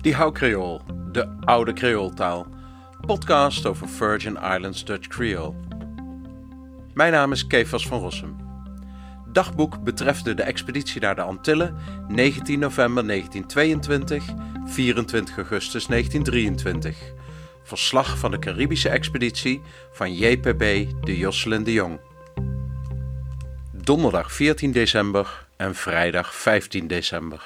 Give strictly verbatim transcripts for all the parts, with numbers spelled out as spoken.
Die hou Creool, de oude Creooltaal. Podcast over Virgin Islands Dutch Creole. Mijn naam is Kefas van Rossum. Dagboek betreffende de expeditie naar de Antillen, negentien november negentien tweeëntwintig, vierentwintig augustus negentien drieëntwintig. Verslag van de Caribische expeditie van J P B de Jocelyn de Jong. Donderdag veertien december en vrijdag vijftien december.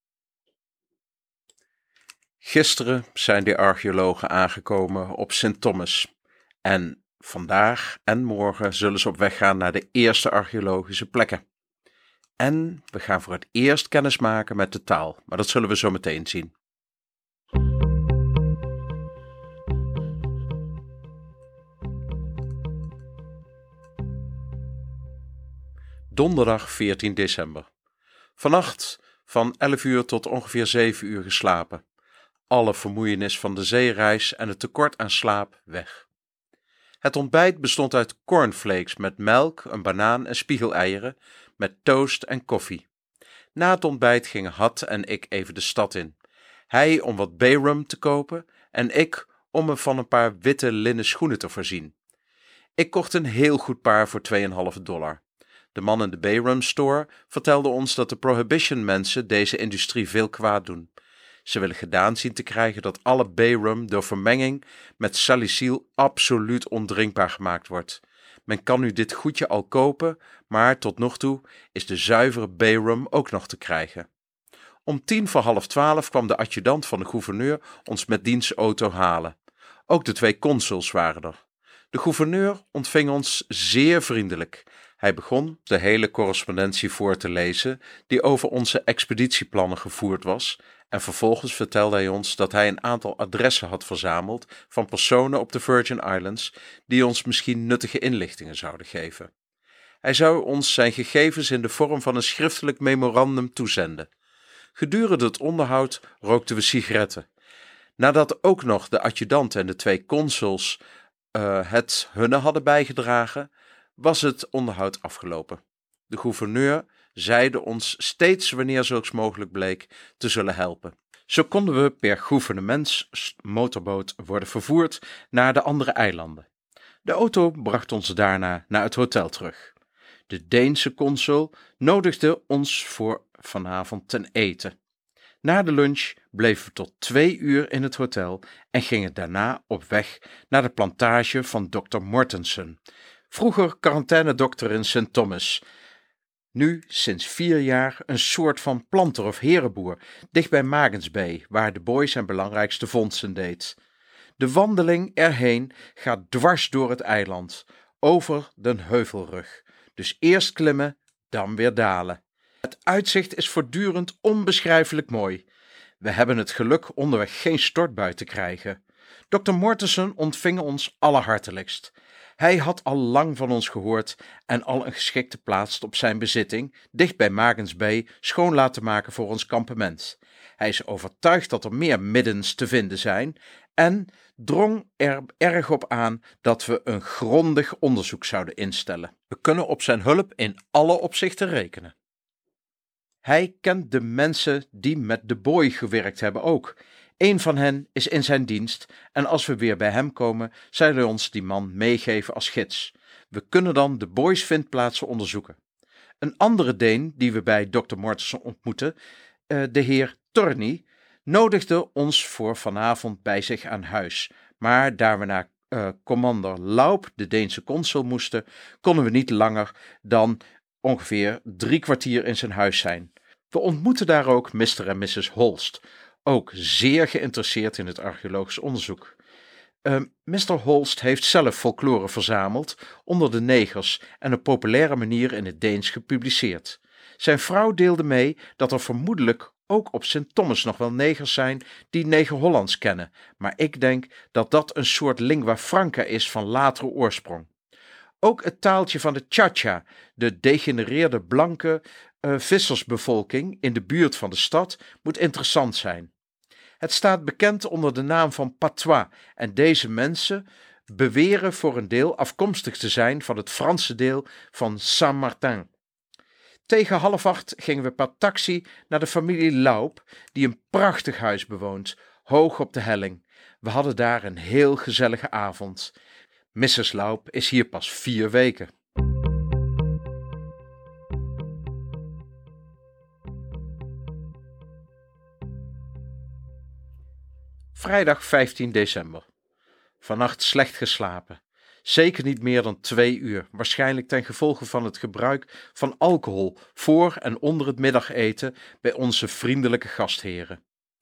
Gisteren zijn de archeologen aangekomen op Sint Thomas en vandaag en morgen zullen ze op weg gaan naar de eerste archeologische plekken. En we gaan voor het eerst kennis maken met de taal, maar dat zullen we zo meteen zien. Donderdag veertien december. Vannacht van elf uur tot ongeveer zeven uur geslapen. Alle vermoeienis van de zeereis en het tekort aan slaap weg. Het ontbijt bestond uit cornflakes met melk, een banaan en spiegeleieren, met toast en koffie. Na het ontbijt gingen Had en ik even de stad in. Hij om wat bayrum te kopen en ik om me van een paar witte linnen schoenen te voorzien. Ik kocht een heel goed paar voor twee komma vijf dollar. De man in de bayrum store vertelde ons dat de prohibition mensen deze industrie veel kwaad doen. Ze willen gedaan zien te krijgen dat alle bayrum door vermenging met salicyl absoluut ondrinkbaar gemaakt wordt. Men kan nu dit goedje al kopen, maar tot nog toe is de zuivere bayrum ook nog te krijgen. Om tien voor half twaalf kwam de adjudant van de gouverneur ons met diens auto halen. Ook de twee consuls waren er. De gouverneur ontving ons zeer vriendelijk. Hij begon de hele correspondentie voor te lezen die over onze expeditieplannen gevoerd was en vervolgens vertelde hij ons dat hij een aantal adressen had verzameld van personen op de Virgin Islands die ons misschien nuttige inlichtingen zouden geven. Hij zou ons zijn gegevens in de vorm van een schriftelijk memorandum toezenden. Gedurende het onderhoud rookten we sigaretten. Nadat ook nog de adjudant en de twee consuls uh, het hunne hadden bijgedragen, was het onderhoud afgelopen. De gouverneur zeide ons steeds wanneer zulks mogelijk bleek te zullen helpen. Zo konden we per gouvernements motorboot worden vervoerd naar de andere eilanden. De auto bracht ons daarna naar het hotel terug. De Deense consul nodigde ons voor vanavond ten eten. Na de lunch bleven we tot twee uur in het hotel en gingen daarna op weg naar de plantage van dokter Mortensen, vroeger quarantainedokter in Sint Thomas. Nu sinds vier jaar een soort van planter of herenboer, dicht bij Magens Bay, waar de boy zijn belangrijkste vondsten deed. De wandeling erheen gaat dwars door het eiland, over den heuvelrug. Dus eerst klimmen, dan weer dalen. Het uitzicht is voortdurend onbeschrijfelijk mooi. We hebben het geluk onderweg geen stortbui te krijgen. dokter Mortensen ontving ons allerhartelijkst. Hij had al lang van ons gehoord en al een geschikte plaats op zijn bezitting, dicht bij Magens Bay, schoon laten maken voor ons kampement. Hij is overtuigd dat er meer middens te vinden zijn en drong er erg op aan dat we een grondig onderzoek zouden instellen. We kunnen op zijn hulp in alle opzichten rekenen. Hij kent de mensen die met de boy gewerkt hebben ook. Een van hen is in zijn dienst en als we weer bij hem komen, zal hij ons die man meegeven als gids. We kunnen dan de boys vindplaatsen onderzoeken. Een andere Deen die we bij dokter Mortensen ontmoeten, uh, de heer Torny, nodigde ons voor vanavond bij zich aan huis. Maar daar we naar uh, commander Laup, de Deense consul, moesten, konden we niet langer dan ongeveer drie kwartier in zijn huis zijn. We ontmoeten daar ook mister en missus Holst, ook zeer geïnteresseerd in het archeologisch onderzoek. Uh, mister Holst heeft zelf folklore verzameld onder de negers en op populaire manier in het Deens gepubliceerd. Zijn vrouw deelde mee dat er vermoedelijk ook op Sint Thomas nog wel negers zijn die Neger-Hollands kennen, maar ik denk dat dat een soort lingua franca is van latere oorsprong. Ook het taaltje van de Chacha, de degenereerde blanke uh, vissersbevolking in de buurt van de stad, moet interessant zijn. Het staat bekend onder de naam van Patois en deze mensen beweren voor een deel afkomstig te zijn van het Franse deel van Saint-Martin. Tegen half acht gingen we per taxi naar de familie Laub, die een prachtig huis bewoont, hoog op de helling. We hadden daar een heel gezellige avond. missus Laub is hier pas vier weken. Vrijdag vijftien december. Vannacht slecht geslapen. Zeker niet meer dan twee uur, waarschijnlijk ten gevolge van het gebruik van alcohol voor en onder het middageten bij onze vriendelijke gastheren.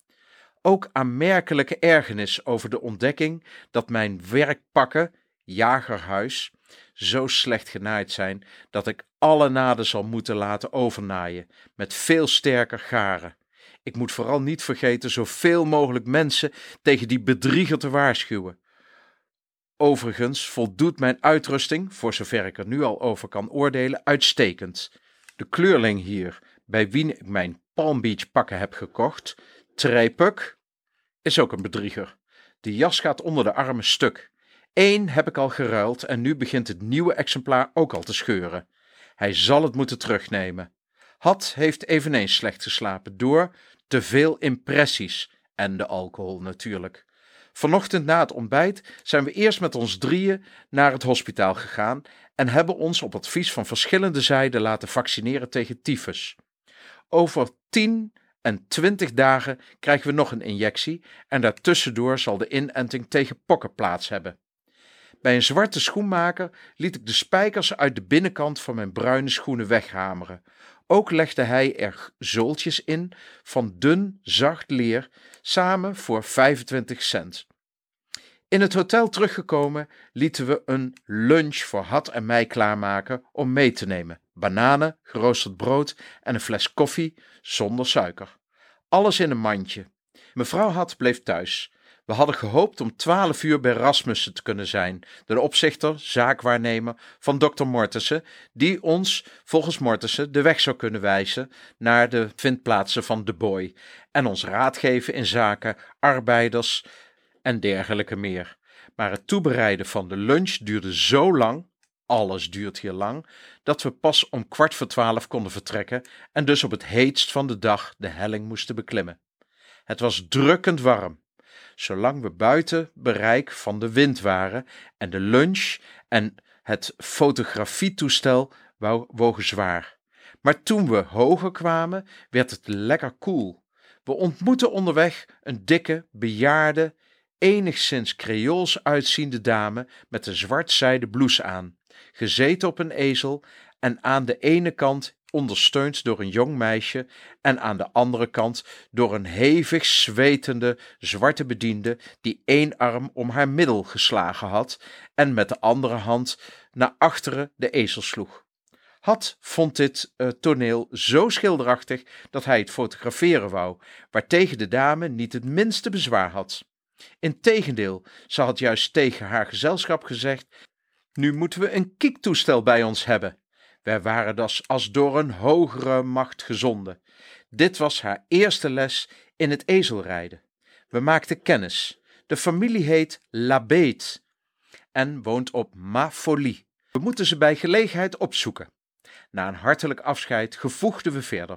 Ook aanmerkelijke ergernis over de ontdekking dat mijn werkpakken, jagerhuis, zo slecht genaaid zijn dat ik alle naden zal moeten laten overnaaien, met veel sterker garen. Ik moet vooral niet vergeten zoveel mogelijk mensen tegen die bedrieger te waarschuwen. Overigens voldoet mijn uitrusting, voor zover ik er nu al over kan oordelen, uitstekend. De kleurling hier, bij wie ik mijn Palm Beach pakken heb gekocht, Trey Puck, is ook een bedrieger. De jas gaat onder de armen stuk. Eén heb ik al geruild en nu begint het nieuwe exemplaar ook al te scheuren. Hij zal het moeten terugnemen. Had heeft eveneens slecht geslapen door te veel impressies en de alcohol natuurlijk. Vanochtend na het ontbijt zijn we eerst met ons drieën naar het hospitaal gegaan en hebben ons op advies van verschillende zijden laten vaccineren tegen tyfus. Over tien en twintig dagen krijgen we nog een injectie en daartussendoor zal de inenting tegen pokken plaats hebben. Bij een zwarte schoenmaker liet ik de spijkers uit de binnenkant van mijn bruine schoenen weghameren. Ook legde hij er zooltjes in van dun, zacht leer, samen voor vijfentwintig cent. In het hotel teruggekomen lieten we een lunch voor Had en mij klaarmaken om mee te nemen. Bananen, geroosterd brood en een fles koffie zonder suiker. Alles in een mandje. Mevrouw Had bleef thuis. We hadden gehoopt om twaalf uur bij Rasmussen te kunnen zijn, de opzichter, zaakwaarnemer van dokter Mortensen, die ons, volgens Mortensen, de weg zou kunnen wijzen naar de vindplaatsen van de boy en ons raad geven in zaken arbeiders en dergelijke meer. Maar het toebereiden van de lunch duurde zo lang, alles duurt hier lang, dat we pas om kwart voor twaalf konden vertrekken en dus op het heetst van de dag de helling moesten beklimmen. Het was drukkend warm. Zolang we buiten bereik van de wind waren en de lunch en het fotografietoestel wogen zwaar. Maar toen we hoger kwamen, werd het lekker koel. We ontmoetten onderweg een dikke, bejaarde, enigszins Creools uitziende dame met een zwart zijden blouse aan, gezeten op een ezel en aan de ene kant ondersteund door een jong meisje en aan de andere kant door een hevig zwetende zwarte bediende die één arm om haar middel geslagen had en met de andere hand naar achteren de ezel sloeg. Had vond dit uh, toneel zo schilderachtig dat hij het fotograferen wou, waartegen de dame niet het minste bezwaar had. Integendeel, ze had juist tegen haar gezelschap gezegd: nu moeten we een kiektoestel bij ons hebben. Wij waren dus als door een hogere macht gezonden. Dit was haar eerste les in het ezelrijden. We maakten kennis. De familie heet Labate en woont op Ma Folie. We moeten ze bij gelegenheid opzoeken. Na een hartelijk afscheid gevoegden we verder.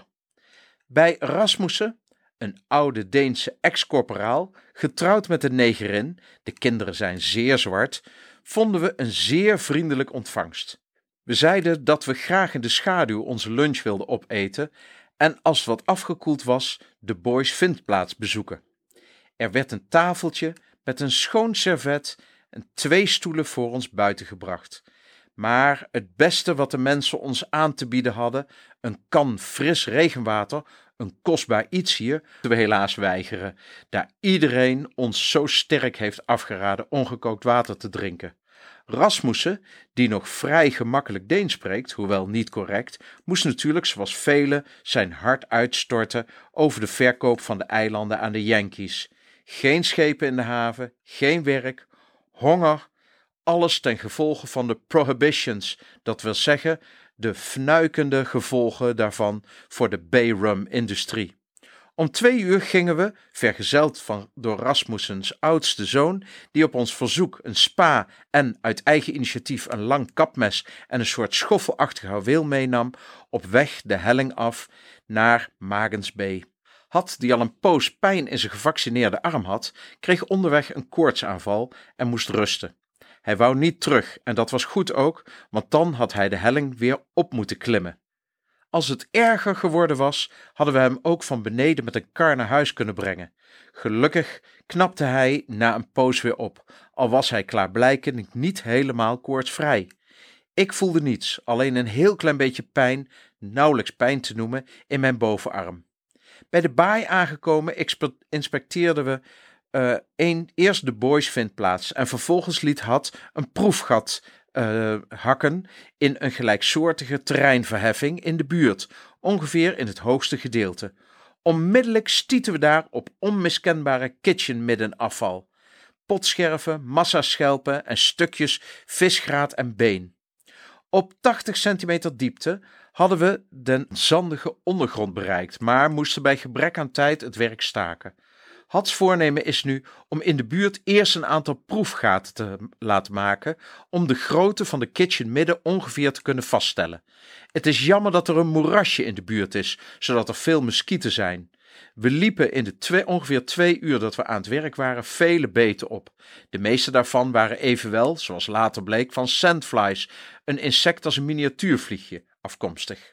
Bij Rasmussen, een oude Deense ex-korporaal, getrouwd met een negerin, de kinderen zijn zeer zwart, vonden we een zeer vriendelijk ontvangst. We zeiden dat we graag in de schaduw onze lunch wilden opeten en als het wat afgekoeld was, de boys vindplaats bezoeken. Er werd een tafeltje met een schoon servet en twee stoelen voor ons buiten gebracht. Maar het beste wat de mensen ons aan te bieden hadden, een kan fris regenwater, een kostbaar iets hier, moeten we helaas weigeren, daar iedereen ons zo sterk heeft afgeraden ongekookt water te drinken. Rasmussen, die nog vrij gemakkelijk Deens spreekt, hoewel niet correct, moest natuurlijk, zoals velen, zijn hart uitstorten over de verkoop van de eilanden aan de Yankees. Geen schepen in de haven, geen werk, honger, alles ten gevolge van de prohibitions, dat wil zeggen de fnuikende gevolgen daarvan voor de Bay Rum industrie. Om twee uur gingen we, vergezeld van door Rasmussens oudste zoon, die op ons verzoek een spa en uit eigen initiatief een lang kapmes en een soort schoffelachtig houweel meenam, op weg de helling af naar Magens Bay. Had, die al een poos pijn in zijn gevaccineerde arm had, kreeg onderweg een koortsaanval en moest rusten. Hij wou niet terug en dat was goed ook, want dan had hij de helling weer op moeten klimmen. Als het erger geworden was, hadden we hem ook van beneden met een kar naar huis kunnen brengen. Gelukkig knapte hij na een poos weer op, al was hij klaarblijkelijk niet helemaal koortsvrij. Ik voelde niets, alleen een heel klein beetje pijn, nauwelijks pijn te noemen, in mijn bovenarm. Bij de baai aangekomen inspecteerden we uh, een, eerst de boys vindplaats en vervolgens liet Had een proefgat uh, hakken in een gelijksoortige terreinverheffing in de buurt, ongeveer in het hoogste gedeelte. Onmiddellijk stieten we daar op onmiskenbare kitchenmiddenafval, potscherven, massaschelpen en stukjes visgraat en been. Op tachtig centimeter diepte hadden we den zandige ondergrond bereikt, maar moesten bij gebrek aan tijd het werk staken. Hads voornemen is nu om in de buurt eerst een aantal proefgaten te laten maken om de grootte van de kitchen midden ongeveer te kunnen vaststellen. Het is jammer dat er een moerasje in de buurt is, zodat er veel muskieten zijn. We liepen in de twee, ongeveer twee uur dat we aan het werk waren vele beten op. De meeste daarvan waren evenwel, zoals later bleek, van sandflies, een insect als een miniatuurvliegje, afkomstig.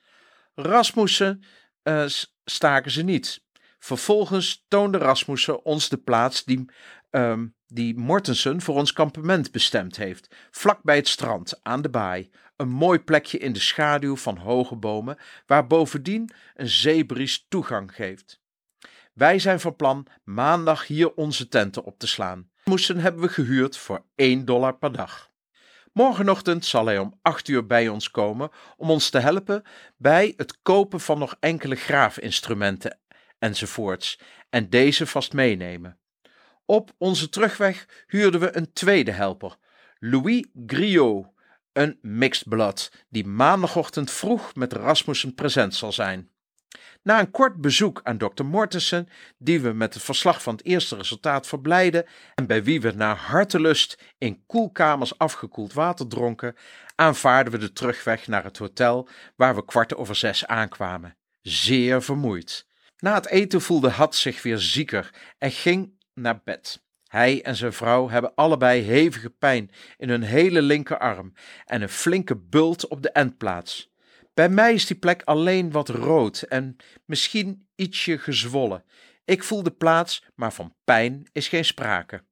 Rasmussen uh, staken ze niet. Vervolgens toonde Rasmussen ons de plaats die, uh, die Mortensen voor ons kampement bestemd heeft, vlak bij het strand, aan de baai. Een mooi plekje in de schaduw van hoge bomen, waar bovendien een zeebries toegang geeft. Wij zijn van plan maandag hier onze tenten op te slaan. Moesten hebben we gehuurd voor één dollar per dag. Morgenochtend zal hij om acht uur bij ons komen om ons te helpen bij het kopen van nog enkele graafinstrumenten enzovoorts en deze vast meenemen. Op onze terugweg huurden we een tweede helper, Louis Griot, een mixed blood, die maandagochtend vroeg met Rasmussen present zal zijn. Na een kort bezoek aan dokter Mortensen, die we met het verslag van het eerste resultaat verblijden en bij wie we naar hartelust in koelkamers afgekoeld water dronken, aanvaarden we de terugweg naar het hotel waar we kwart over zes aankwamen. Zeer vermoeid. Na het eten voelde Had zich weer zieker en ging naar bed. Hij en zijn vrouw hebben allebei hevige pijn in hun hele linkerarm en een flinke bult op de endplaats. Bij mij is die plek alleen wat rood en misschien ietsje gezwollen. Ik voel de plaats, maar van pijn is geen sprake.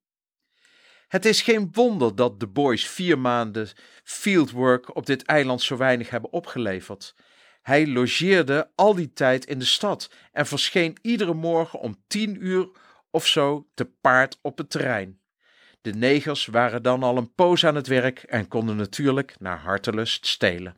Het is geen wonder dat de boys vier maanden fieldwork op dit eiland zo weinig hebben opgeleverd. Hij logeerde al die tijd in de stad en verscheen iedere morgen om tien uur of zo te paard op het terrein. De negers waren dan al een poos aan het werk en konden natuurlijk naar hartelust stelen.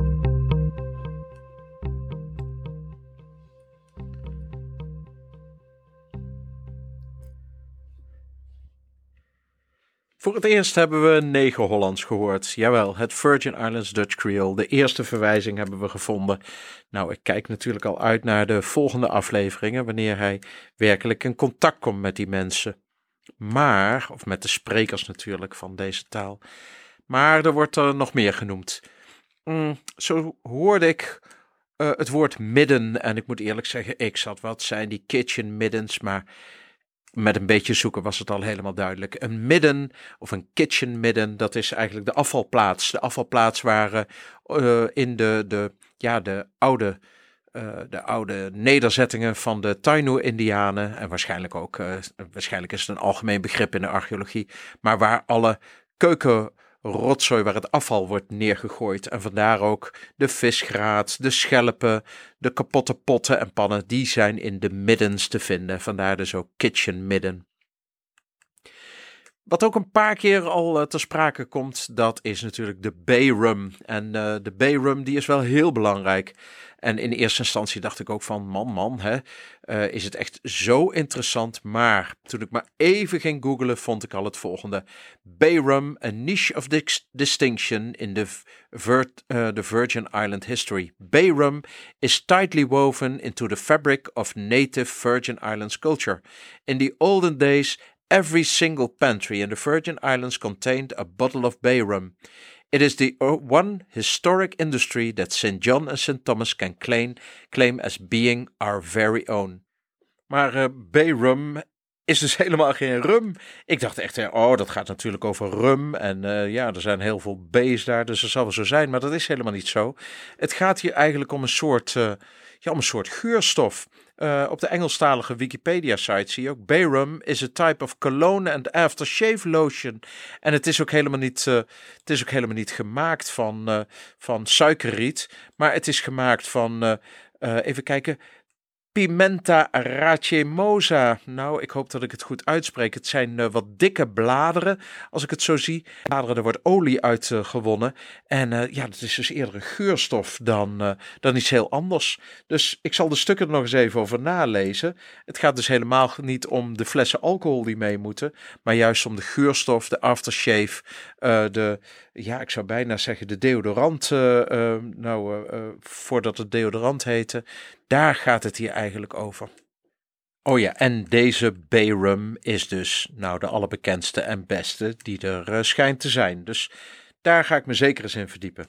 Voor het eerst hebben we Neger-Hollands gehoord. Jawel, het Virgin Islands Dutch Creole. De eerste verwijzing hebben we gevonden. Nou, ik kijk natuurlijk al uit naar de volgende afleveringen, wanneer hij werkelijk in contact komt met die mensen. Maar, of met de sprekers natuurlijk van deze taal. Maar er wordt er nog meer genoemd. Mm, zo hoorde ik uh, het woord midden. En ik moet eerlijk zeggen, ik zat wat zijn die kitchen middens, maar met een beetje zoeken was het al helemaal duidelijk. Een midden of een kitchen midden, dat is eigenlijk de afvalplaats. De afvalplaats waar uh, in de, de, ja, de, oude, uh, de oude nederzettingen van de Taino-Indianen, en waarschijnlijk ook, uh, waarschijnlijk is het een algemeen begrip in de archeologie, maar waar alle keukenrotzooi, waar het afval wordt neergegooid. En vandaar ook de visgraat, de schelpen, de kapotte potten en pannen, die zijn in de middens te vinden. Vandaar dus ook kitchen midden. Wat ook een paar keer al uh, ter sprake komt, dat is natuurlijk de bay rum. En uh, de bay rum die is wel heel belangrijk. En in eerste instantie dacht ik ook van man, man, hè, uh, is het echt zo interessant. Maar toen ik maar even ging googlen, vond ik al het volgende. Bay rum, a niche of dis- distinction in the, vir- uh, the Virgin Island history. Bay rum is tightly woven into the fabric of native Virgin Islands culture. In the olden days, every single pantry in the Virgin Islands contained a bottle of bay rum. It is the one historic industry that Saint John and Saint Thomas can claim, claim as being our very own. Maar uh, bay rum is dus helemaal geen rum. Ik dacht echt, oh, dat gaat natuurlijk over rum. En uh, ja, er zijn heel veel B's daar, dus dat zal wel zo zijn. Maar dat is helemaal niet zo. Het gaat hier eigenlijk om een soort, uh, ja, om een soort geurstof. Uh, op de Engelstalige Wikipedia-site zie je ook: bay rum is a type of cologne and aftershave lotion. En het is ook helemaal niet, uh, het is ook helemaal niet gemaakt van, uh, van suikerriet, maar het is gemaakt van, uh, uh, even kijken, Pimenta racemosa. Nou, ik hoop dat ik het goed uitspreek. Het zijn uh, wat dikke bladeren, als ik het zo zie. Bladeren, er wordt olie uit uh, gewonnen. En uh, ja, dat is dus eerder een geurstof dan, uh, dan iets heel anders. Dus ik zal de stukken er nog eens even over nalezen. Het gaat dus helemaal niet om de flessen alcohol die mee moeten, maar juist om de geurstof, de aftershave, uh, de, ja, ik zou bijna zeggen de deodorant, uh, uh, nou, uh, uh, voordat het deodorant heette. Daar gaat het hier eigenlijk over. Oh ja, en deze bay rum is dus nou de allerbekendste en beste die er uh, schijnt te zijn. Dus daar ga ik me zeker eens in verdiepen.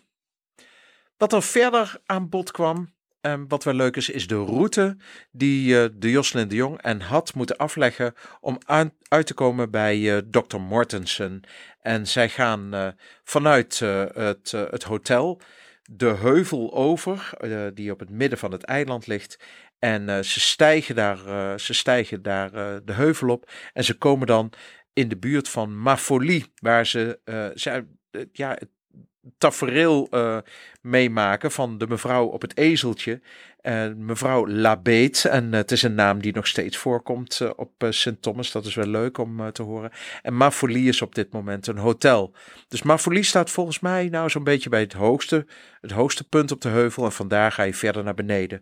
Wat er verder aan bod kwam, um, wat wel leuk is, is de route die uh, de Jocelyn de Jong en had moeten afleggen om aan, uit te komen bij uh, dokter Mortensen. En zij gaan uh, vanuit uh, het, uh, het hotel de heuvel over, uh, die op het midden van het eiland ligt. En uh, ze stijgen daar, uh, ze stijgen daar uh, de heuvel op. En ze komen dan in de buurt van Ma Folie, waar ze, uh, ze uh, ja, het tafereel uh, meemaken van de mevrouw op het ezeltje. Uh, mevrouw Labate. En uh, het is een naam die nog steeds voorkomt uh, op uh, Saint Thomas. Dat is wel leuk om uh, te horen. En Ma Folie is op dit moment een hotel. Dus Ma Folie staat volgens mij nou zo'n beetje bij het hoogste, het hoogste punt op de heuvel. En vandaar ga je verder naar beneden.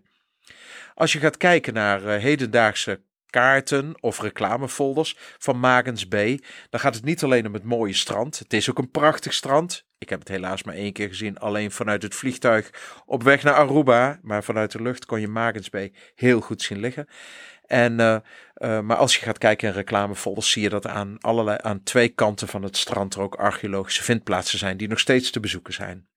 Als je gaat kijken naar uh, hedendaagse kaarten of reclamefolders van Magens Bay, dan gaat het niet alleen om het mooie strand. Het is ook een prachtig strand. Ik heb het helaas maar één keer gezien, alleen vanuit het vliegtuig op weg naar Aruba. Maar vanuit de lucht kon je Magens Bay heel goed zien liggen. En, uh, uh, maar als je gaat kijken in reclamefolders, zie je dat aan, allerlei, aan twee kanten van het strand er ook archeologische vindplaatsen zijn die nog steeds te bezoeken zijn.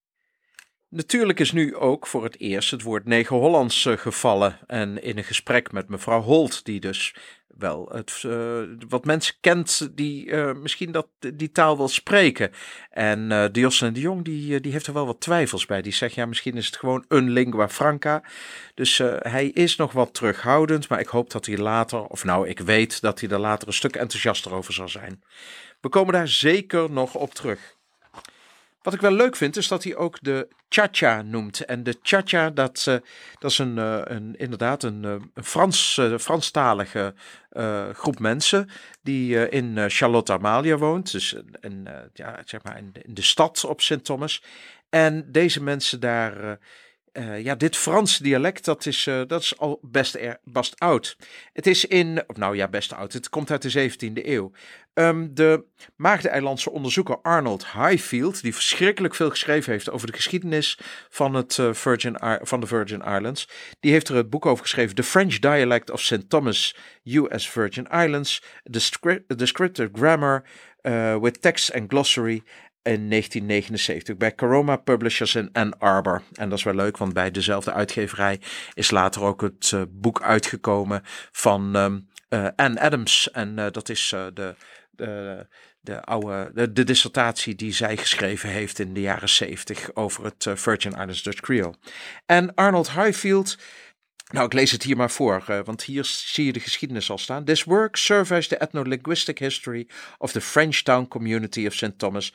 Natuurlijk is nu ook voor het eerst het woord Neger-Hollands uh, gevallen. En in een gesprek met mevrouw Holt, die dus wel het, uh, wat mensen kent die uh, misschien dat, die taal wil spreken. En uh, de Jocelyn de Jong, die, die heeft er wel wat twijfels bij. Die zegt, ja, misschien is het gewoon een lingua franca. Dus uh, hij is nog wat terughoudend, maar ik hoop dat hij later, of nou, ik weet dat hij er later een stuk enthousiaster over zal zijn. We komen daar zeker nog op terug. Wat ik wel leuk vind, is dat hij ook de cha-cha noemt. En de cha-cha, dat, uh, dat is een, uh, een, inderdaad een, uh, een Frans, uh, Franstalige uh, groep mensen die uh, in uh, Charlotte Amalia woont. Dus in, uh, ja, zeg maar in, in de stad op Saint Thomas. En deze mensen daar, uh, uh, ja, dit Franse dialect, dat is, uh, dat is al best, er, best oud. Het is in, of nou ja, best oud, het komt uit de zeventiende eeuw. Um, de Maagdeneilandse onderzoeker Arnold Highfield, die verschrikkelijk veel geschreven heeft over de geschiedenis van, het, uh, Virgin, van de Virgin Islands, die heeft er het boek over geschreven, The French Dialect of Saint Thomas, U S Virgin Islands, The Descriptive Grammar uh, with Text and Glossary, in negentien negenenzeventig bij Caroma Publishers in Ann Arbor. En dat is wel leuk, want bij dezelfde uitgeverij is later ook het uh, boek uitgekomen van um, uh, Anne Adams. En uh, dat is uh, de, de, de oude de, de dissertatie die zij geschreven heeft in de jaren zeventig over het uh, Virgin Islands Dutch Creole. En Arnold Highfield, nou, ik lees het hier maar voor, uh, want hier zie je de geschiedenis al staan. This work surveys the ethno-linguistic history of the French town community of Saint Thomas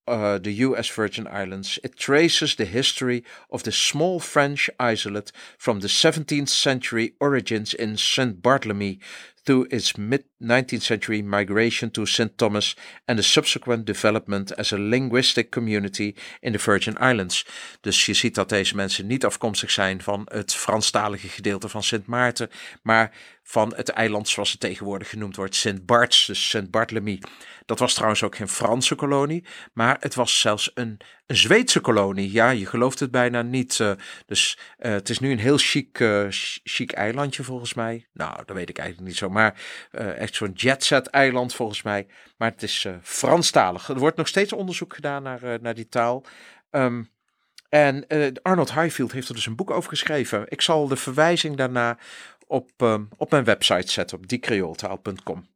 uh, the U S Virgin Islands. It traces the history of the small French isolate from the seventeenth century origins in Saint Barthélemy through its mid-nineteenth century migration to Saint Thomas and the subsequent development as a linguistic community in the Virgin Islands. Dus je ziet dat deze mensen niet afkomstig zijn van het Franstalige gedeelte van Sint Maarten, maar van het eiland zoals het tegenwoordig genoemd wordt, Sint Barts, dus Saint Barthélemy. Dat was trouwens ook geen Franse kolonie, maar het was zelfs een, een Zweedse kolonie. Ja, je gelooft het bijna niet. Uh, dus uh, het is nu een heel chic, uh, chic eilandje volgens mij. Nou, dat weet ik eigenlijk niet zo, maar uh, echt zo'n jetset eiland volgens mij. Maar het is uh, Franstalig. Er wordt nog steeds onderzoek gedaan naar, uh, naar die taal. Um, en uh, Arnold Highfield heeft er dus een boek over geschreven. Ik zal de verwijzing daarna op, um, op mijn website zetten, op die creooltaal punt com.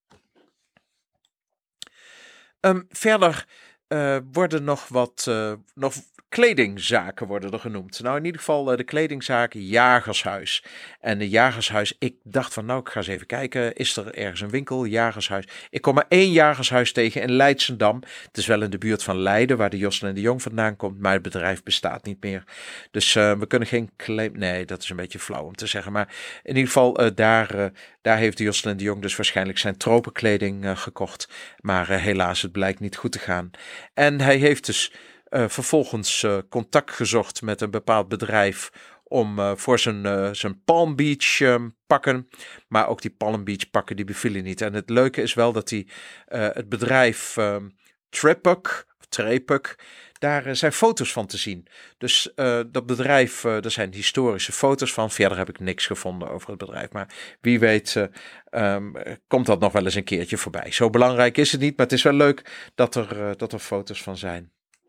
Um, verder uh, worden nog wat uh, nog kledingzaken worden er genoemd. Nou, in ieder geval uh, de kledingzaak Jagershuis. En de Jagershuis, ik dacht van nou, ik ga eens even kijken. Is er ergens een winkel? Jagershuis. Ik kom maar één Jagershuis tegen in Leidsendam. Het is wel in de buurt van Leiden, waar de Jocelyn de Jong vandaan komt. Maar het bedrijf bestaat niet meer. Dus uh, we kunnen geen claim... Nee, dat is een beetje flauw om te zeggen. Maar in ieder geval, uh, daar, uh, daar heeft de Jocelyn de Jong dus waarschijnlijk zijn tropenkleding uh, gekocht. Maar uh, helaas, het blijkt niet goed te gaan. En hij heeft dus Uh, vervolgens uh, contact gezocht met een bepaald bedrijf om uh, voor zijn, uh, zijn Palm Beach uh, pakken. Maar ook die Palm Beach pakken die bevielen niet. En het leuke is wel dat die, uh, het bedrijf uh, Tripuk, Trepuk, daar uh, zijn foto's van te zien. Dus uh, dat bedrijf, uh, er zijn historische foto's van. Verder heb ik niks gevonden over het bedrijf. Maar wie weet uh, um, komt dat nog wel eens een keertje voorbij. Zo belangrijk is het niet, maar het is wel leuk dat er, uh, dat er foto's van zijn.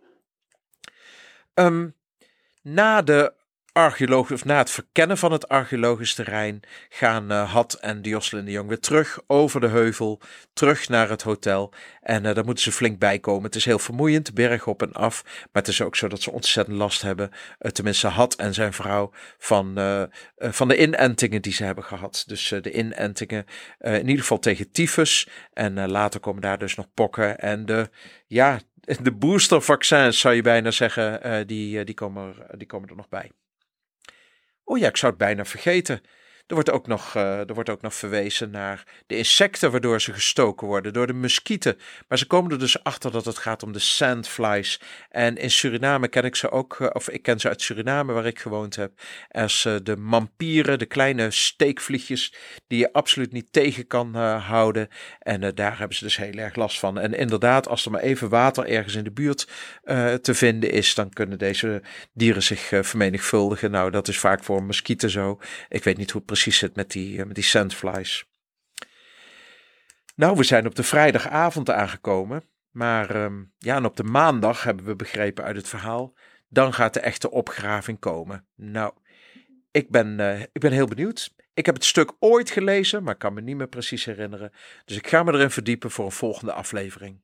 Um, na de archeoloog, of na het verkennen van het archeologisch terrein gaan uh, Had en de Jocelyn de Jong weer terug over de heuvel, terug naar het hotel. En uh, daar moeten ze flink bij komen. Het is heel vermoeiend, berg op en af. Maar het is ook zo dat ze ontzettend last hebben, uh, tenminste Had en zijn vrouw, van, uh, uh, van de inentingen die ze hebben gehad. Dus uh, de inentingen, uh, in ieder geval tegen tyfus. En uh, later komen daar dus nog pokken en de, ja... De boostervaccins zou je bijna zeggen, uh, die, uh, die, komen er, die komen er nog bij. Oh ja, ik zou het bijna vergeten. Er wordt ook nog, uh, er wordt ook nog verwezen naar de insecten waardoor ze gestoken worden, door de muskieten. Maar ze komen er dus achter dat het gaat om de sandflies. En in Suriname ken ik ze ook, uh, of ik ken ze uit Suriname waar ik gewoond heb, als uh, de mampieren, de kleine steekvliegjes die je absoluut niet tegen kan uh, houden. En uh, daar hebben ze dus heel erg last van. En inderdaad, als er maar even water ergens in de buurt uh, te vinden is, dan kunnen deze dieren zich uh, vermenigvuldigen. Nou, dat is vaak voor muskieten zo. Ik weet niet hoe het precies zit met die, met die sandflies. Nou, we zijn op de vrijdagavond aangekomen. Maar um, ja, en op de maandag hebben we begrepen uit het verhaal, dan gaat de echte opgraving komen. Nou, ik ben, uh, ik ben heel benieuwd. Ik heb het stuk ooit gelezen, maar ik kan me niet meer precies herinneren. Dus ik ga me erin verdiepen voor een volgende aflevering.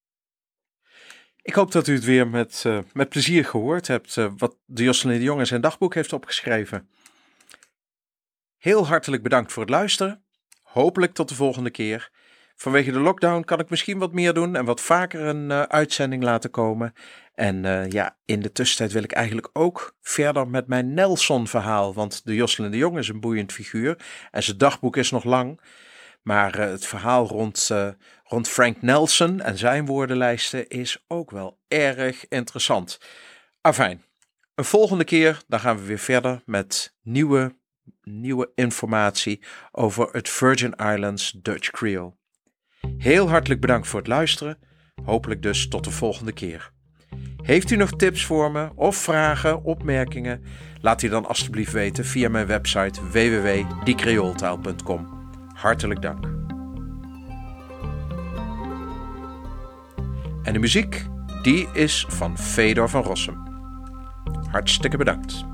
Ik hoop dat u het weer met, uh, met plezier gehoord hebt, uh, wat de Jocelyn de Jong in zijn dagboek heeft opgeschreven. Heel hartelijk bedankt voor het luisteren. Hopelijk tot de volgende keer. Vanwege de lockdown kan ik misschien wat meer doen en wat vaker een uh, uitzending laten komen. En uh, ja, in de tussentijd wil ik eigenlijk ook verder met mijn Nelson-verhaal. Want de Jocelyn de Jong is een boeiend figuur en zijn dagboek is nog lang. Maar uh, het verhaal rond, uh, rond Frank Nelson en zijn woordenlijsten is ook wel erg interessant. Afijn, een volgende keer dan gaan we weer verder met nieuwe, nieuwe informatie over het Virgin Islands Dutch Creole. Heel hartelijk bedankt voor het luisteren. Hopelijk dus tot de volgende keer. Heeft u nog tips voor me of vragen, opmerkingen? Laat die dan alstublieft weten via mijn website w w w punt die creooltaal punt com. Hartelijk dank. En de muziek, die is van Fedor van Rossum. Hartstikke bedankt.